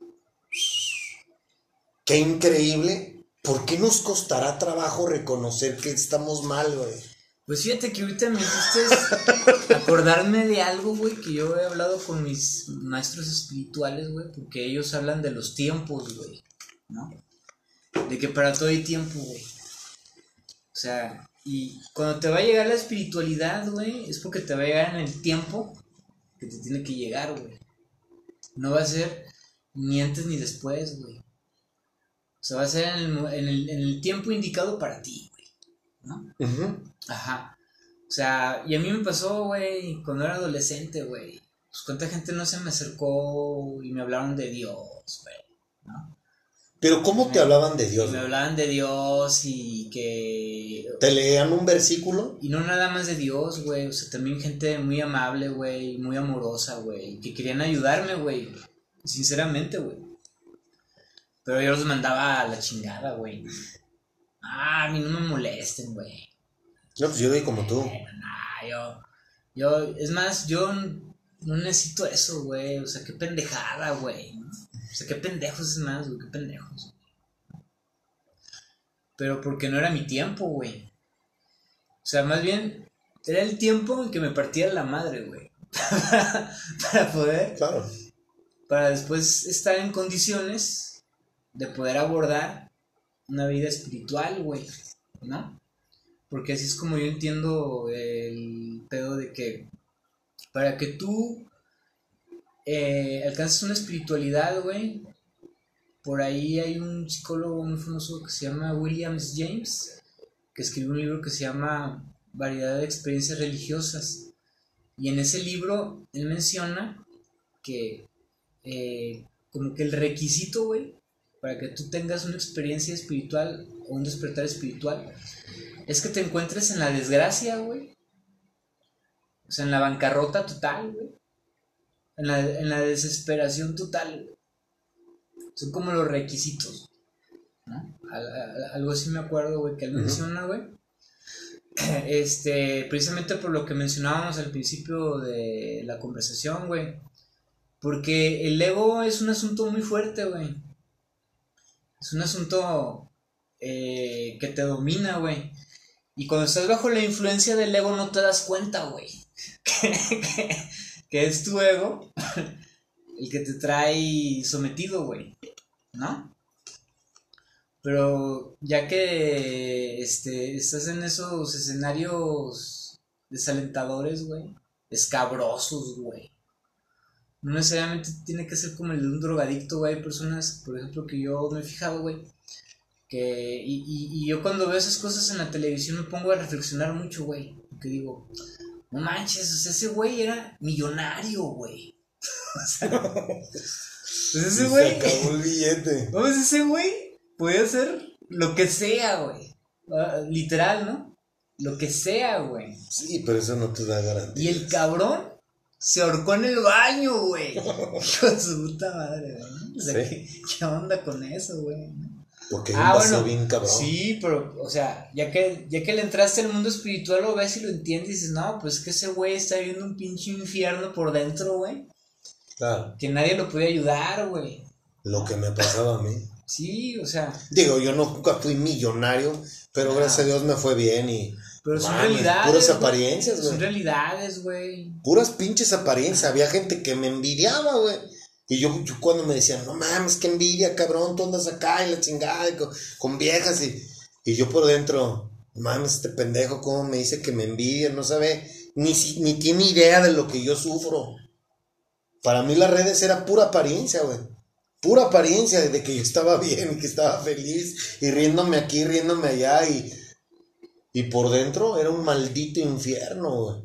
qué increíble. ¿Por qué nos costará trabajo reconocer que estamos mal, güey? Pues fíjate que ahorita me hiciste acordarme de algo, güey, que yo he hablado con mis maestros espirituales, güey, porque ellos hablan de los tiempos, güey, ¿no? De que para todo hay tiempo, güey. O sea, y cuando te va a llegar la espiritualidad, güey, es porque te va a llegar en el tiempo que te tiene que llegar, güey. No va a ser ni antes ni después, güey. O sea, va a ser en el tiempo indicado para ti, güey, ¿no? Uh-huh. Ajá. O sea, y a mí me pasó, güey, cuando era adolescente, güey. Pues cuánta gente no se me acercó y me hablaron de Dios, güey, ¿no? Pero ¿cómo te hablaban de Dios? Me hablaban de Dios y que... ¿Te leían un versículo? Y no nada más de Dios, güey. O sea, también gente muy amable, güey, muy amorosa, güey. Que querían ayudarme, güey. Sinceramente, güey. Pero yo los mandaba a la chingada, güey. Ah, a mí no me molesten, güey. No, pues yo doy como tú. Es más, yo no necesito eso, güey. O sea, qué pendejada, güey, ¿no? O sea, qué pendejos es más, güey, qué pendejos. Pero porque no era mi tiempo, güey. O sea, más bien, era el tiempo en que me partía la madre, güey. Para poder... Claro. Para después estar en condiciones de poder abordar una vida espiritual, güey, ¿no? Porque así es como yo entiendo el pedo de que para que tú alcances una espiritualidad, güey, por ahí hay un psicólogo muy famoso que se llama William James, que escribió un libro que se llama Variedad de experiencias religiosas. Y en ese libro él menciona que como que el requisito, güey, para que tú tengas una experiencia espiritual o un despertar espiritual es que te encuentres en la desgracia, güey. O sea, en la bancarrota total, güey. En la desesperación total. Son como los requisitos, ¿no? Algo así me acuerdo, güey, que él menciona, güey. Precisamente por lo que mencionábamos al principio de la conversación, güey. Porque el ego es un asunto muy fuerte, güey. Es un asunto que te domina, güey. Y cuando estás bajo la influencia del ego no te das cuenta, güey. Que es tu ego el que te trae sometido, güey, ¿no? Pero ya que estás en esos escenarios desalentadores, güey, escabrosos, güey. No necesariamente tiene que ser como el de un drogadicto, güey. Hay personas, por ejemplo, que yo me he fijado, güey, que... Y yo cuando veo esas cosas en la televisión me pongo a reflexionar mucho, güey. Porque digo, no manches, o sea, ese güey era millonario, güey. O sea, pues ese güey... Se acabó el billete. Pues ese güey podía hacer lo que sea, güey. Literal, ¿no? Lo que sea, güey. Sí, pero eso no te da garantía. Y el cabrón se ahorcó en el baño, güey. Con su puta madre, güey. O sea, ¿Sí? ¿qué onda con eso, güey? Porque es un vacío bueno, bien cabrón. sí, pero, o sea, ya que le entraste al mundo espiritual, lo ves y lo entiendes y dices, no, pues que ese güey está viviendo un pinche infierno por dentro, güey. Claro. Que nadie lo puede ayudar, güey. Lo que me pasaba a mí. Sí, o sea. Digo, yo nunca fui millonario, pero gracias a Dios me fue bien y... Pero son realidades. Puras apariencias, güey. Son realidades, güey. Puras pinches apariencias. Había gente que me envidiaba, güey. Y yo cuando me decían, no mames, qué envidia, cabrón, tú andas acá y la chingada y con viejas y yo por dentro, mames, este pendejo, cómo me dice que me envidia, no sabe, ni tiene idea de lo que yo sufro. Para mí las redes era pura apariencia, güey. Pura apariencia de que yo estaba bien, que estaba feliz y riéndome aquí, riéndome allá y por dentro era un maldito infierno, güey.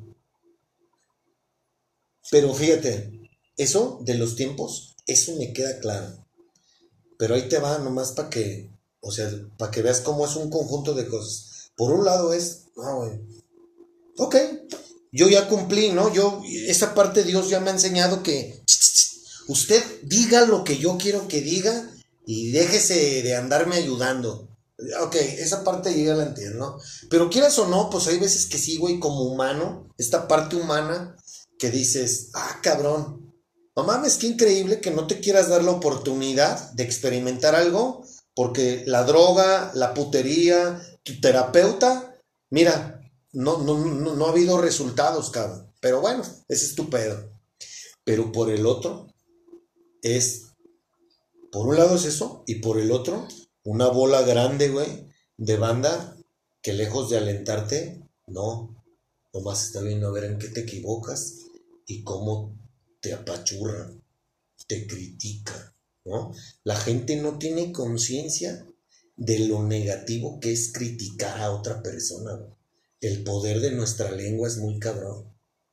Pero fíjate, eso de los tiempos, eso me queda claro. Pero ahí te va nomás para que, o sea, para que veas cómo es un conjunto de cosas. Por un lado es, no, güey, ok, yo ya cumplí, ¿no? Esa parte Dios ya me ha enseñado que usted diga lo que yo quiero que diga y déjese de andarme ayudando. Ok, esa parte yo ya la entiendo, ¿no? Pero quieras o no, pues hay veces que sí, güey, como humano, esta parte humana que dices, ah, cabrón, no mames, qué increíble que no te quieras dar la oportunidad de experimentar algo, porque la droga, la putería, tu terapeuta, mira, no ha habido resultados, cabrón. Pero bueno, ese es tu pedo. Pero por el otro, es, por un lado es eso, y por el otro, una bola grande, güey, de banda que lejos de alentarte, no, nomás está viendo a ver en qué te equivocas y cómo te apachurran, te critica, ¿no? La gente no tiene conciencia de lo negativo que es criticar a otra persona, güey. El poder de nuestra lengua es muy cabrón.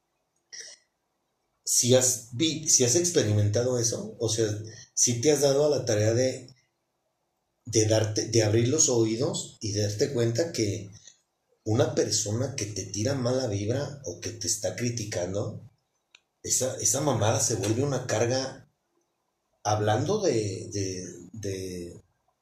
Si has experimentado eso, o sea, si te has dado a la tarea de abrir los oídos y darte cuenta que una persona que te tira mala vibra o que te está criticando, esa mamada se vuelve una carga. Hablando de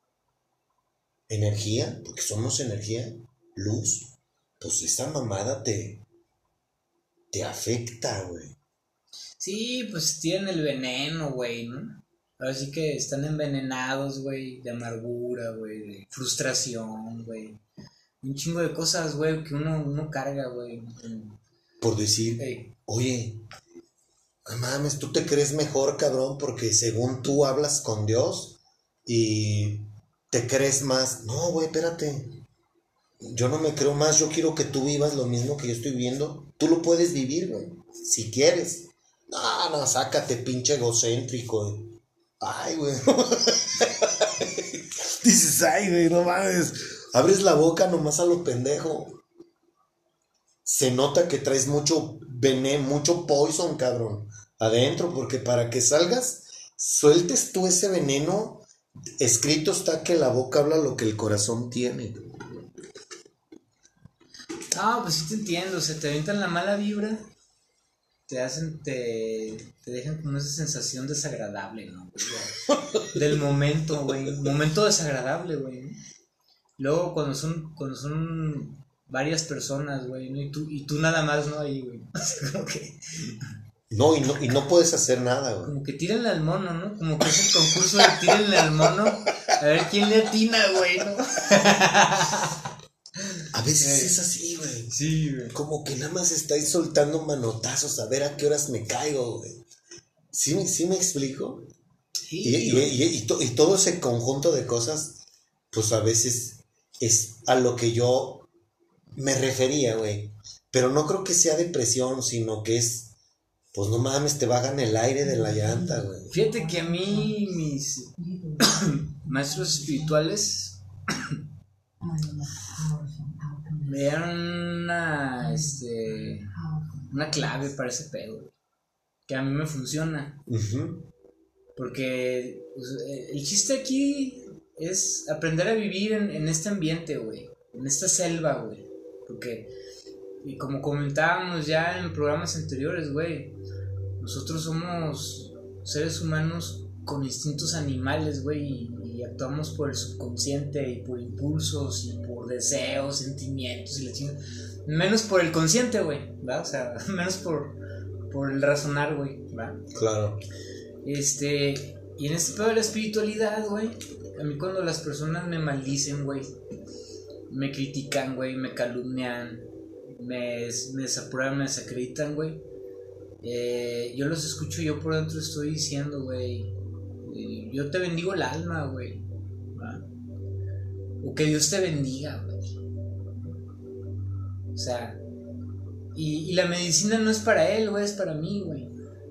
energía, porque somos energía, luz, pues esa mamada te afecta, güey. Sí, pues tienen el veneno, güey, ¿no? Así que están envenenados, güey, de amargura, güey, de frustración, güey. Un chingo de cosas, güey, que uno carga, güey. Por decir, Ey. oye, no mames, tú te crees mejor, cabrón, porque según tú hablas con Dios y te crees más. No, güey, espérate. Yo no me creo más, yo quiero que tú vivas lo mismo que yo estoy viviendo. Tú lo puedes vivir, güey, si quieres. No, no, sácate, pinche egocéntrico. Ay, güey. Dices, ay, güey, no mames. Abres la boca nomás a lo pendejo. Se nota que traes mucho veneno, mucho poison, cabrón, adentro, porque para que salgas, sueltes tú ese veneno, escrito está que la boca habla lo que el corazón tiene. No, pues sí te entiendo, se te avientan la mala vibra, te dejan con esa sensación desagradable, ¿no? Del momento, güey, momento desagradable, güey, ¿no? Luego cuando son varias personas, güey, ¿no? Y tú nada más, ¿no? Ahí, güey. Como que, No, y no puedes hacer nada, güey. como que tírenle al mono, ¿no? Como que es el concurso de tírenle al mono. A ver quién le atina, güey, ¿no? A veces es así, güey. Sí, güey. Como que nada más estáis soltando manotazos a ver a qué horas me caigo, güey. ¿Sí me explico? Sí, Y todo ese conjunto de cosas, pues a veces es a lo que yo me refería, güey. Pero no creo que sea depresión, sino que es, pues no mames, te bajan el aire de la llanta, güey. fíjate que a mí mis maestros espirituales me dieron una clave para ese pedo, que a mí me funciona. Ujú. Porque pues, el chiste aquí es aprender a vivir en este ambiente, güey, en esta selva, güey. Porque, y como comentábamos ya en programas anteriores, güey, nosotros somos seres humanos con instintos animales, güey, y actuamos por el subconsciente y por impulsos y por deseos, sentimientos y la chingada. Menos por el consciente, güey, ¿verdad? O sea, menos por el razonar, güey, ¿verdad? Claro. Y en este pedo de la espiritualidad, güey, a mí cuando las personas me maldicen, güey, me critican, güey, me calumnian, me desaprueban, me desacreditan, güey, yo los escucho y yo por dentro estoy diciendo, güey, yo te bendigo el alma, güey, ¿va? O que Dios te bendiga, güey. O sea, y la medicina no es para él, güey, es para mí, güey.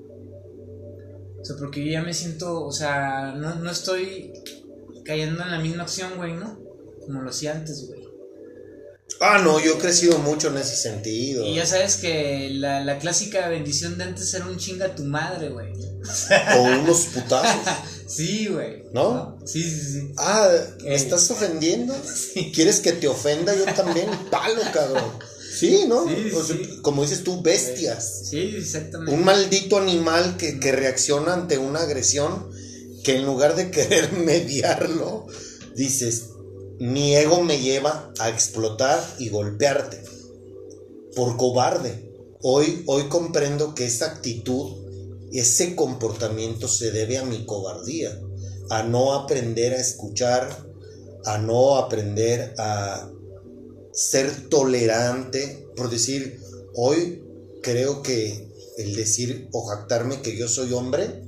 O sea, porque yo ya me siento, o sea, no estoy cayendo en la misma acción, güey, ¿no? Como lo hacía antes, güey. Ah, no, yo he crecido mucho en ese sentido. Y ya sabes que la clásica bendición de antes era un chinga tu madre, güey. O unos putazos. Sí, güey. ¿No? Sí, sí, sí. Ah, ¿me estás ofendiendo? Sí. ¿Quieres que te ofenda yo también? Palo, cabrón. Sí, ¿no? Sí, O sea, sí. como dices tú, bestias. Sí, exactamente. Un maldito animal que reacciona ante una agresión, que en lugar de querer mediarlo, dices, mi ego me lleva a explotar y golpearte. Por cobarde. Hoy comprendo que esa actitud, ese comportamiento se debe a mi cobardía, a no aprender a escuchar, a no aprender a ser tolerante. Por decir, hoy creo que el decir o jactarme que yo soy hombre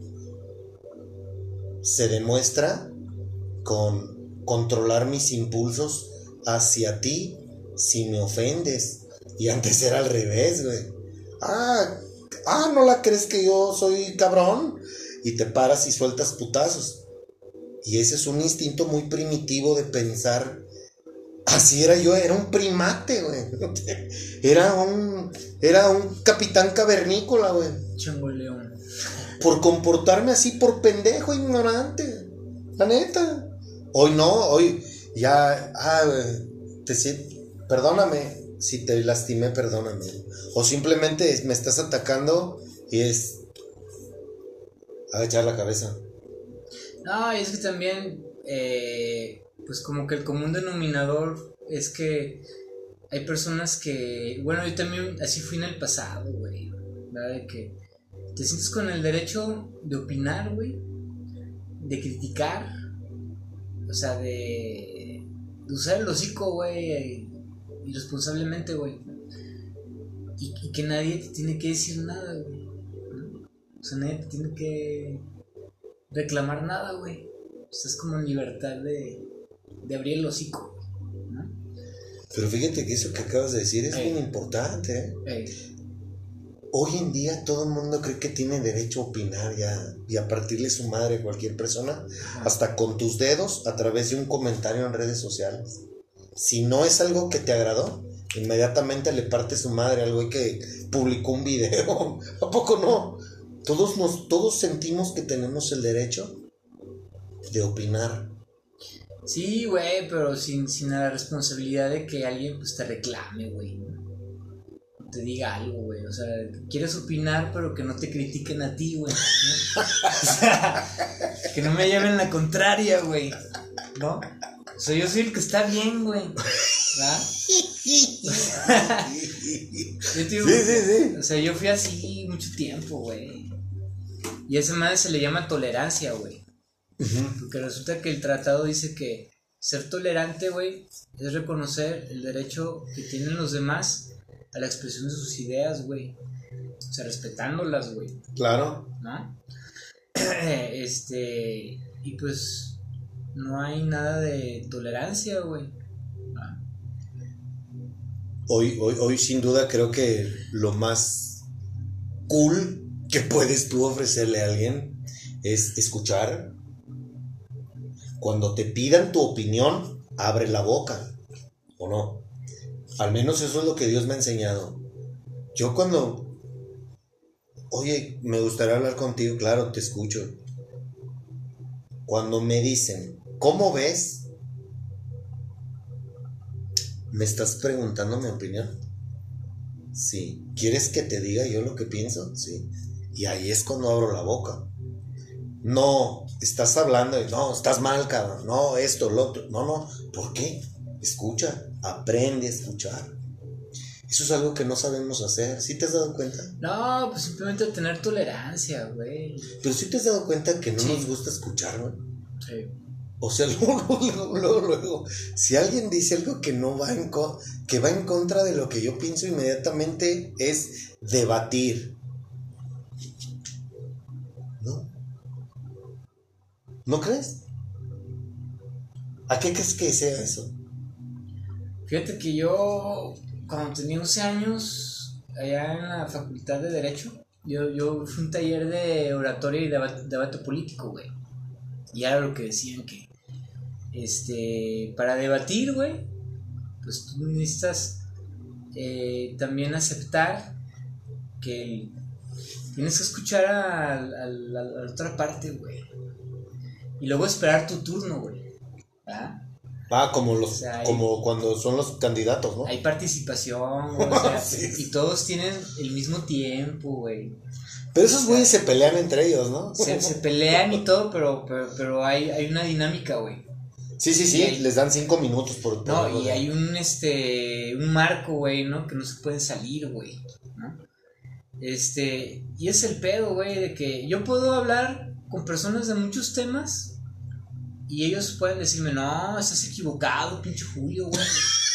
se demuestra con controlar mis impulsos hacia ti si me ofendes. Y antes era al revés, güey. ¿No la crees que yo soy cabrón? Y te paras y sueltas putazos. Y ese es un instinto muy primitivo de pensar. Así era yo, era un primate, güey. Era un capitán cavernícola, güey. Changoleón. Por comportarme así, por pendejo, ignorante. La neta. Hoy no, hoy ya. Perdóname. Si te lastimé, perdóname. O simplemente me estás atacando y es agachar la cabeza. No, y es que también, pues como que el común denominador es que hay personas que, bueno, yo también así fui en el pasado, güey, ¿verdad? De que te sientes con el derecho de opinar, güey, de criticar, o sea, de usar el hocico, güey, irresponsablemente, güey, y que nadie te tiene que decir nada, güey, ¿no? O sea, nadie te tiene que reclamar nada, güey. Estás como en libertad de abrir el hocico, ¿no? Pero fíjate que eso que acabas de decir es bien importante, ¿eh? Hoy en día todo el mundo cree que tiene derecho a opinar ya y a partirle su madre a cualquier persona, hasta con tus dedos, a través de un comentario en redes sociales. Si no es algo que te agradó, inmediatamente le parte su madre al güey que publicó un video. ¿A poco no? Todos sentimos que tenemos el derecho de opinar. Sí, güey, pero sin la responsabilidad de que alguien pues te reclame, güey, ¿no? Te diga algo, güey. O sea, quieres opinar, pero que no te critiquen a ti, güey, ¿no? O sea, que no me lleven la contraria, güey, ¿no? O sea, yo soy el que está bien, güey, ¿verdad? Yo te digo, sí. O sea, yo fui así mucho tiempo, güey. Y a esa madre se le llama tolerancia, güey. Porque resulta que el tratado dice que ser tolerante, güey, es reconocer el derecho que tienen los demás a la expresión de sus ideas, güey. O sea, respetándolas, güey. Claro. ¿No? Y pues no hay nada de tolerancia, güey. ¿No? Hoy sin duda creo que lo más cool que puedes tú ofrecerle a alguien es escuchar. Cuando te pidan tu opinión, abre la boca, ¿o no? Al menos eso es lo que Dios me ha enseñado. Yo cuando, oye, me gustaría hablar contigo, claro, te escucho. Cuando me dicen, ¿cómo ves? ¿Me estás preguntando mi opinión? Sí. ¿Quieres que te diga yo lo que pienso? Sí. Y ahí es cuando abro la boca. No, estás hablando y no, estás mal, cabrón. No, esto, lo otro. No. ¿Por qué? Escucha, aprende a escuchar. Eso es algo que no sabemos hacer. ¿Sí te has dado cuenta? No, pues simplemente tener tolerancia, güey. Pero sí te has dado cuenta que no Sí. nos gusta escuchar, güey. Sí. O sea, luego, si alguien dice algo que no va que va en contra de lo que yo pienso, inmediatamente es debatir. ¿No? ¿No crees? ¿A qué crees que sea eso? Fíjate que yo, cuando tenía 11 años, allá en la facultad de Derecho, yo fui a un taller de oratoria y debate político, güey. Y era lo que decían que, para debatir, güey, pues tú necesitas también aceptar que tienes que escuchar a la otra parte, güey. Y luego esperar tu turno, güey. ¿Ah? Como O sea, como cuando son los candidatos, ¿no? hay participación, güey, o sea, Sí. y todos tienen el mismo tiempo, güey. Pero esos güeyes se pelean entre ellos, ¿no? Se pelean y todo, pero hay una dinámica, güey. Sí, Y hay- les dan 5 minutos por... No, y hay un marco, güey, ¿no? Que no se puede salir, güey, ¿no? Y es el pedo, güey, de que yo puedo hablar con personas de muchos temas y ellos pueden decirme, no, estás equivocado, pinche Julio, güey.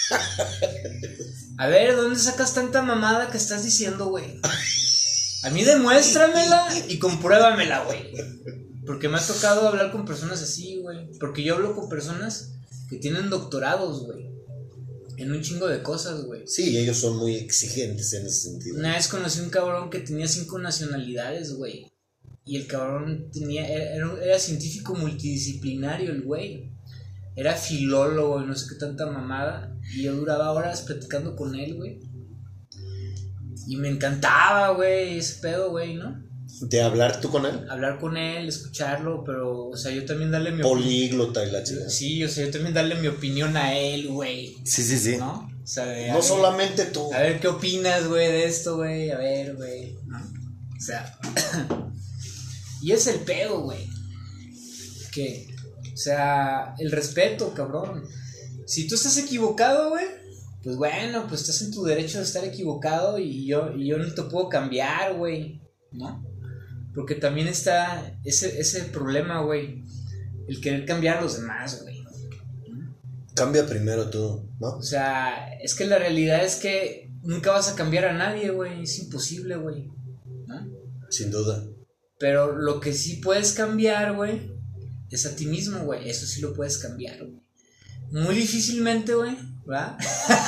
A ver, ¿dónde sacas tanta mamada que estás diciendo, güey? A mí demuéstramela y compruébamela, güey. Porque me ha tocado hablar con personas así, güey. Porque yo hablo con personas que tienen doctorados, güey. En un chingo de cosas, güey. Sí, ellos son muy exigentes en ese sentido. Una vez conocí un cabrón que tenía 5 nacionalidades, güey. Y el cabrón era científico multidisciplinario, el güey. Era filólogo y no sé qué tanta mamada. Y yo duraba horas platicando con él, güey. Y me encantaba, güey, ese pedo, güey, ¿no? ¿De hablar tú con él? Hablar con él, escucharlo, pero, o sea, yo también darle mi Políglota y la chica. Sí, o sea, yo también darle mi opinión a él, güey. Sí. ¿No? O sea, No solamente tú. A ver, ¿qué opinas, güey, de esto, güey? A ver, güey, ¿no? O sea, y es el pedo, güey. Que, o sea, el respeto, cabrón. Si tú estás equivocado, güey, pues bueno, pues estás en tu derecho de estar equivocado y yo no te puedo cambiar, güey, ¿no? Porque también está ese problema, güey, el querer cambiar a los demás, güey. Cambia primero tú, ¿no? O sea, es que la realidad es que nunca vas a cambiar a nadie, güey, es imposible, güey, ¿no? Sin duda. Pero lo que sí puedes cambiar, güey, es a ti mismo, güey, eso sí lo puedes cambiar, güey. Muy difícilmente, güey, ¿verdad?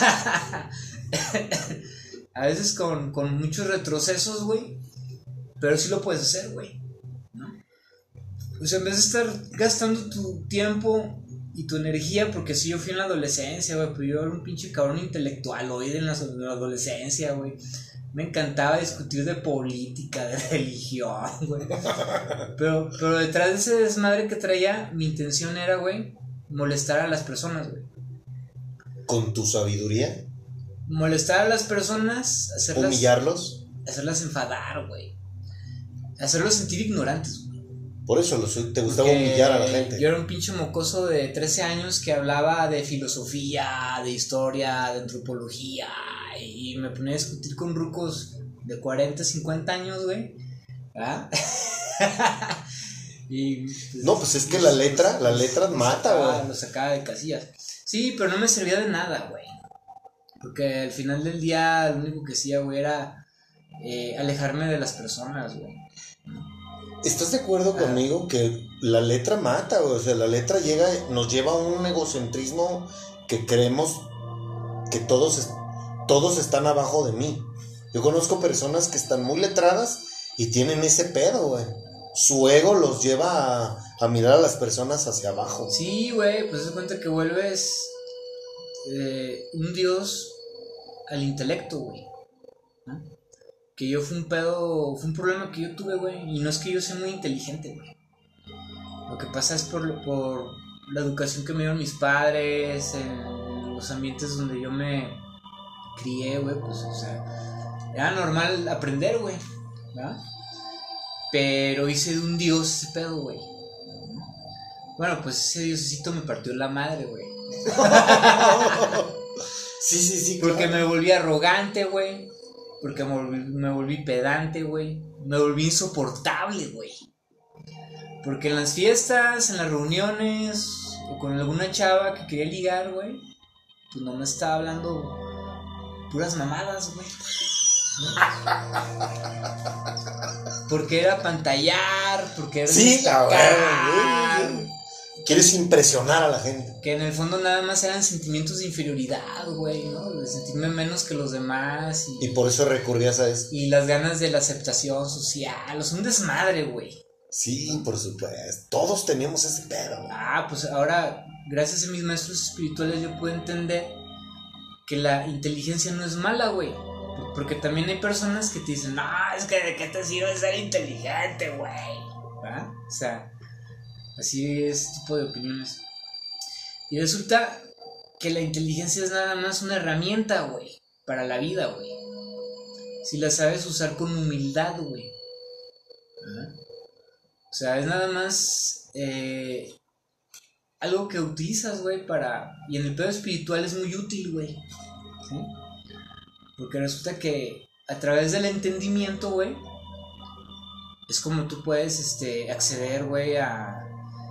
A veces con muchos retrocesos, güey, pero sí lo puedes hacer, güey, ¿no? O sea, en vez de estar gastando tu tiempo y tu energía, porque si yo fui en la adolescencia, güey, pero yo era un pinche cabrón intelectual, hoy en la adolescencia, güey. Me encantaba discutir de política, de religión, güey. Pero detrás de ese desmadre que traía, mi intención era, güey, molestar a las personas, güey. ¿Con tu sabiduría? Molestar a las personas, ¿Humillarlos? hacerlas enfadar, güey. Hacerlos sentir ignorantes, güey. Por eso te gustaba humillar a la gente. Yo era un pinche mocoso de 13 años que hablaba de filosofía, de historia, de antropología. Y me ponía a discutir con rucos de 40, 50 años, güey. ¿Ah? Y pues, no, pues es que la letra mata, güey. Lo sacaba de casillas. Sí, pero no me servía de nada, güey. Porque al final del día lo único que hacía, güey, era alejarme de las personas, güey. ¿Estás de acuerdo conmigo que la letra mata, güey? O sea, la letra nos lleva a un egocentrismo que creemos que todos están abajo de mí. Yo conozco personas que están muy letradas y tienen ese pedo, güey. Su ego los lleva a mirar a las personas hacia abajo. Sí, güey, pues se cuenta que vuelves un dios al intelecto, güey, ¿no? Que yo fue un problema que yo tuve, güey, y no es que yo sea muy inteligente, güey. Lo que pasa es por la educación que me dieron mis padres, en los ambientes donde yo me crié, güey, pues, o sea, era normal aprender, güey, ¿verdad? Pero hice de un dios ese pedo, güey. Bueno, pues ese diosecito me partió la madre, güey. Sí. Porque claro. me volví arrogante, güey. Porque me volví pedante, güey. Me volví insoportable, güey. Porque en las fiestas, en las reuniones, o con alguna chava que quería ligar, güey, pues no me estaba hablando puras mamadas, güey. Porque era pantallar, porque era Sí, destacar, cabrón. Quieres impresionar a la gente. que en el fondo nada más eran sentimientos de inferioridad, güey, ¿no? De sentirme menos que los demás Y por eso recurrías a eso. y las ganas de la aceptación social, o sea, un desmadre, güey. Sí, por supuesto. Todos teníamos ese pedo, güey. Pues ahora, gracias a mis maestros espirituales, yo puedo entender que la inteligencia no es mala, güey. Porque también hay personas que te dicen, no, es que de qué te sirve ser inteligente, güey. ¿Va? O sea, así es ese tipo de opiniones. Y resulta que la inteligencia es nada más una herramienta, güey, para la vida, güey. Si la sabes usar con humildad, güey. ¿Ah? O sea, es nada más algo que utilizas, güey, para... Y en el pedo espiritual es muy útil, güey. ¿Sí? Porque resulta que a través del entendimiento, güey, es como tú puedes acceder, güey, a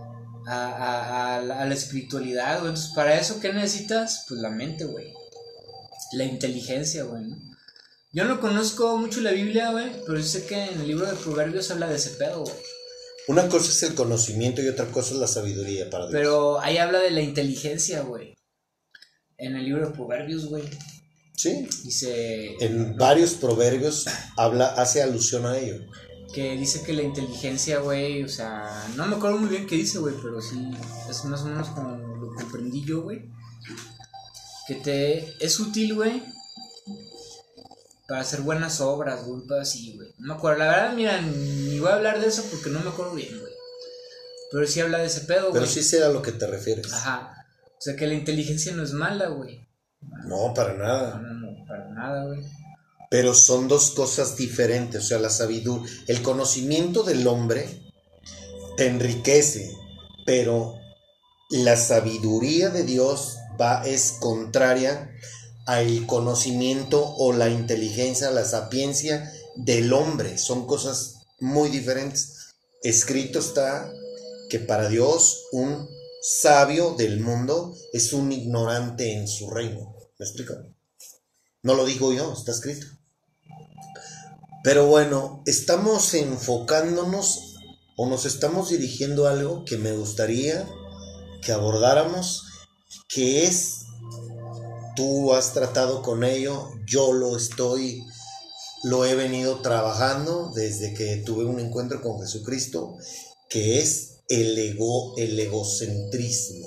la espiritualidad, güey. Entonces, para eso, ¿qué necesitas? Pues la mente, güey. La inteligencia, güey, ¿no? Yo no conozco mucho la Biblia, güey, pero yo sé que en el libro de Proverbios habla de ese pedo, güey. Una cosa es el conocimiento y otra cosa es la sabiduría para Dios. Pero ahí habla de la inteligencia, güey. En el libro de Proverbios, güey. Sí. Dice... En varios proverbios hace alusión a ello. Que dice que la inteligencia, güey, o sea... No me acuerdo muy bien qué dice, güey, pero sí... Es más o menos como lo comprendí yo, güey. Que es útil, güey, para hacer buenas obras, güey, así, güey. No me acuerdo, la verdad, mira, ni voy a hablar de eso porque no me acuerdo bien, güey. Pero sí habla de ese pedo, güey. Pero sí sé a lo que te refieres. Ajá. O sea que la inteligencia no es mala, güey. No, para nada. No, para nada, güey. Pero son dos cosas diferentes. O sea, la sabiduría, el conocimiento del hombre te enriquece, pero la sabiduría de Dios es contraria al conocimiento o la inteligencia, la sapiencia del hombre. Son cosas muy diferentes. Escrito está que para Dios un sabio del mundo es un ignorante en su reino. ¿Me explico? No lo digo yo, está escrito. Pero bueno, estamos enfocándonos o nos estamos dirigiendo a algo que me gustaría que abordáramos, que es... Tú has tratado con ello, yo lo he venido trabajando desde que tuve un encuentro con Jesucristo, que es el egocentrismo.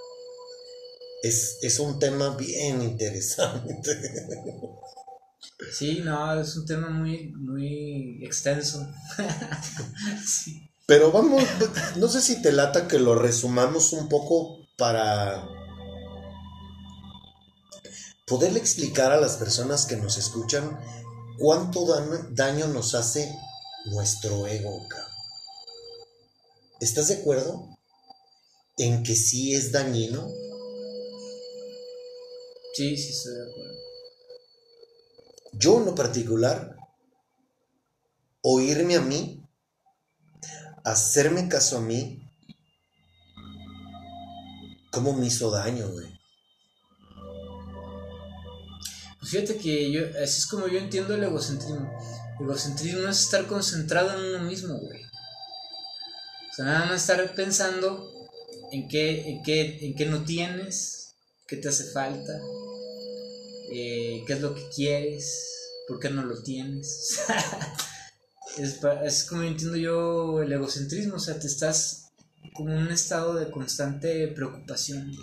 Es un tema bien interesante. Sí, no, es un tema muy, muy extenso. Sí. Pero vamos, no sé si te lata que lo resumamos un poco para poderle explicar a las personas que nos escuchan cuánto daño nos hace nuestro ego, cabrón. ¿Estás de acuerdo en que sí es dañino? Sí, estoy de acuerdo. Yo en lo particular, oírme a mí, hacerme caso a mí, ¿cómo me hizo daño, güey? Pues fíjate que así es como yo entiendo el egocentrismo. El egocentrismo es estar concentrado en uno mismo, güey. O sea, nada más estar pensando en qué no tienes, qué te hace falta, qué es lo que quieres, por qué no lo tienes. Es como entiendo yo el egocentrismo. O sea, te estás como en un estado de constante preocupación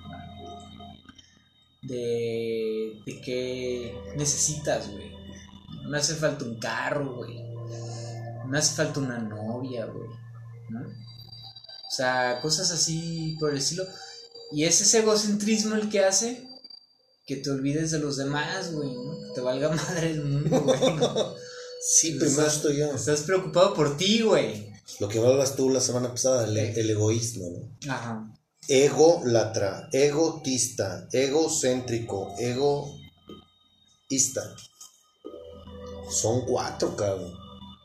de qué necesitas, güey. Me hace falta un carro, güey. Me hace falta una novia, güey, ¿no? O sea, cosas así por el estilo. Y es ese egocentrismo el que hace que te olvides de los demás, güey, ¿no? Que te valga madre el mundo, güey, ¿no? Sí, primero estoy yo. Estás preocupado por ti, güey. Lo que hablas tú la semana pasada, el egoísmo, ¿no? Ajá. Ególatra, egotista, egocéntrico, egoísta. Son 4, cabrón.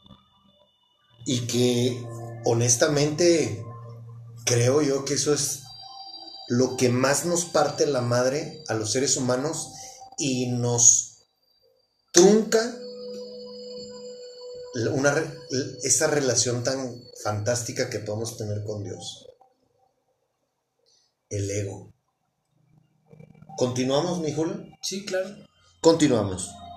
Y que honestamente creo yo que eso es lo que más nos parte la madre a los seres humanos y nos trunca esa relación tan fantástica que podemos tener con Dios. El ego. ¿Continuamos, mi Julio? Sí, claro. Continuamos.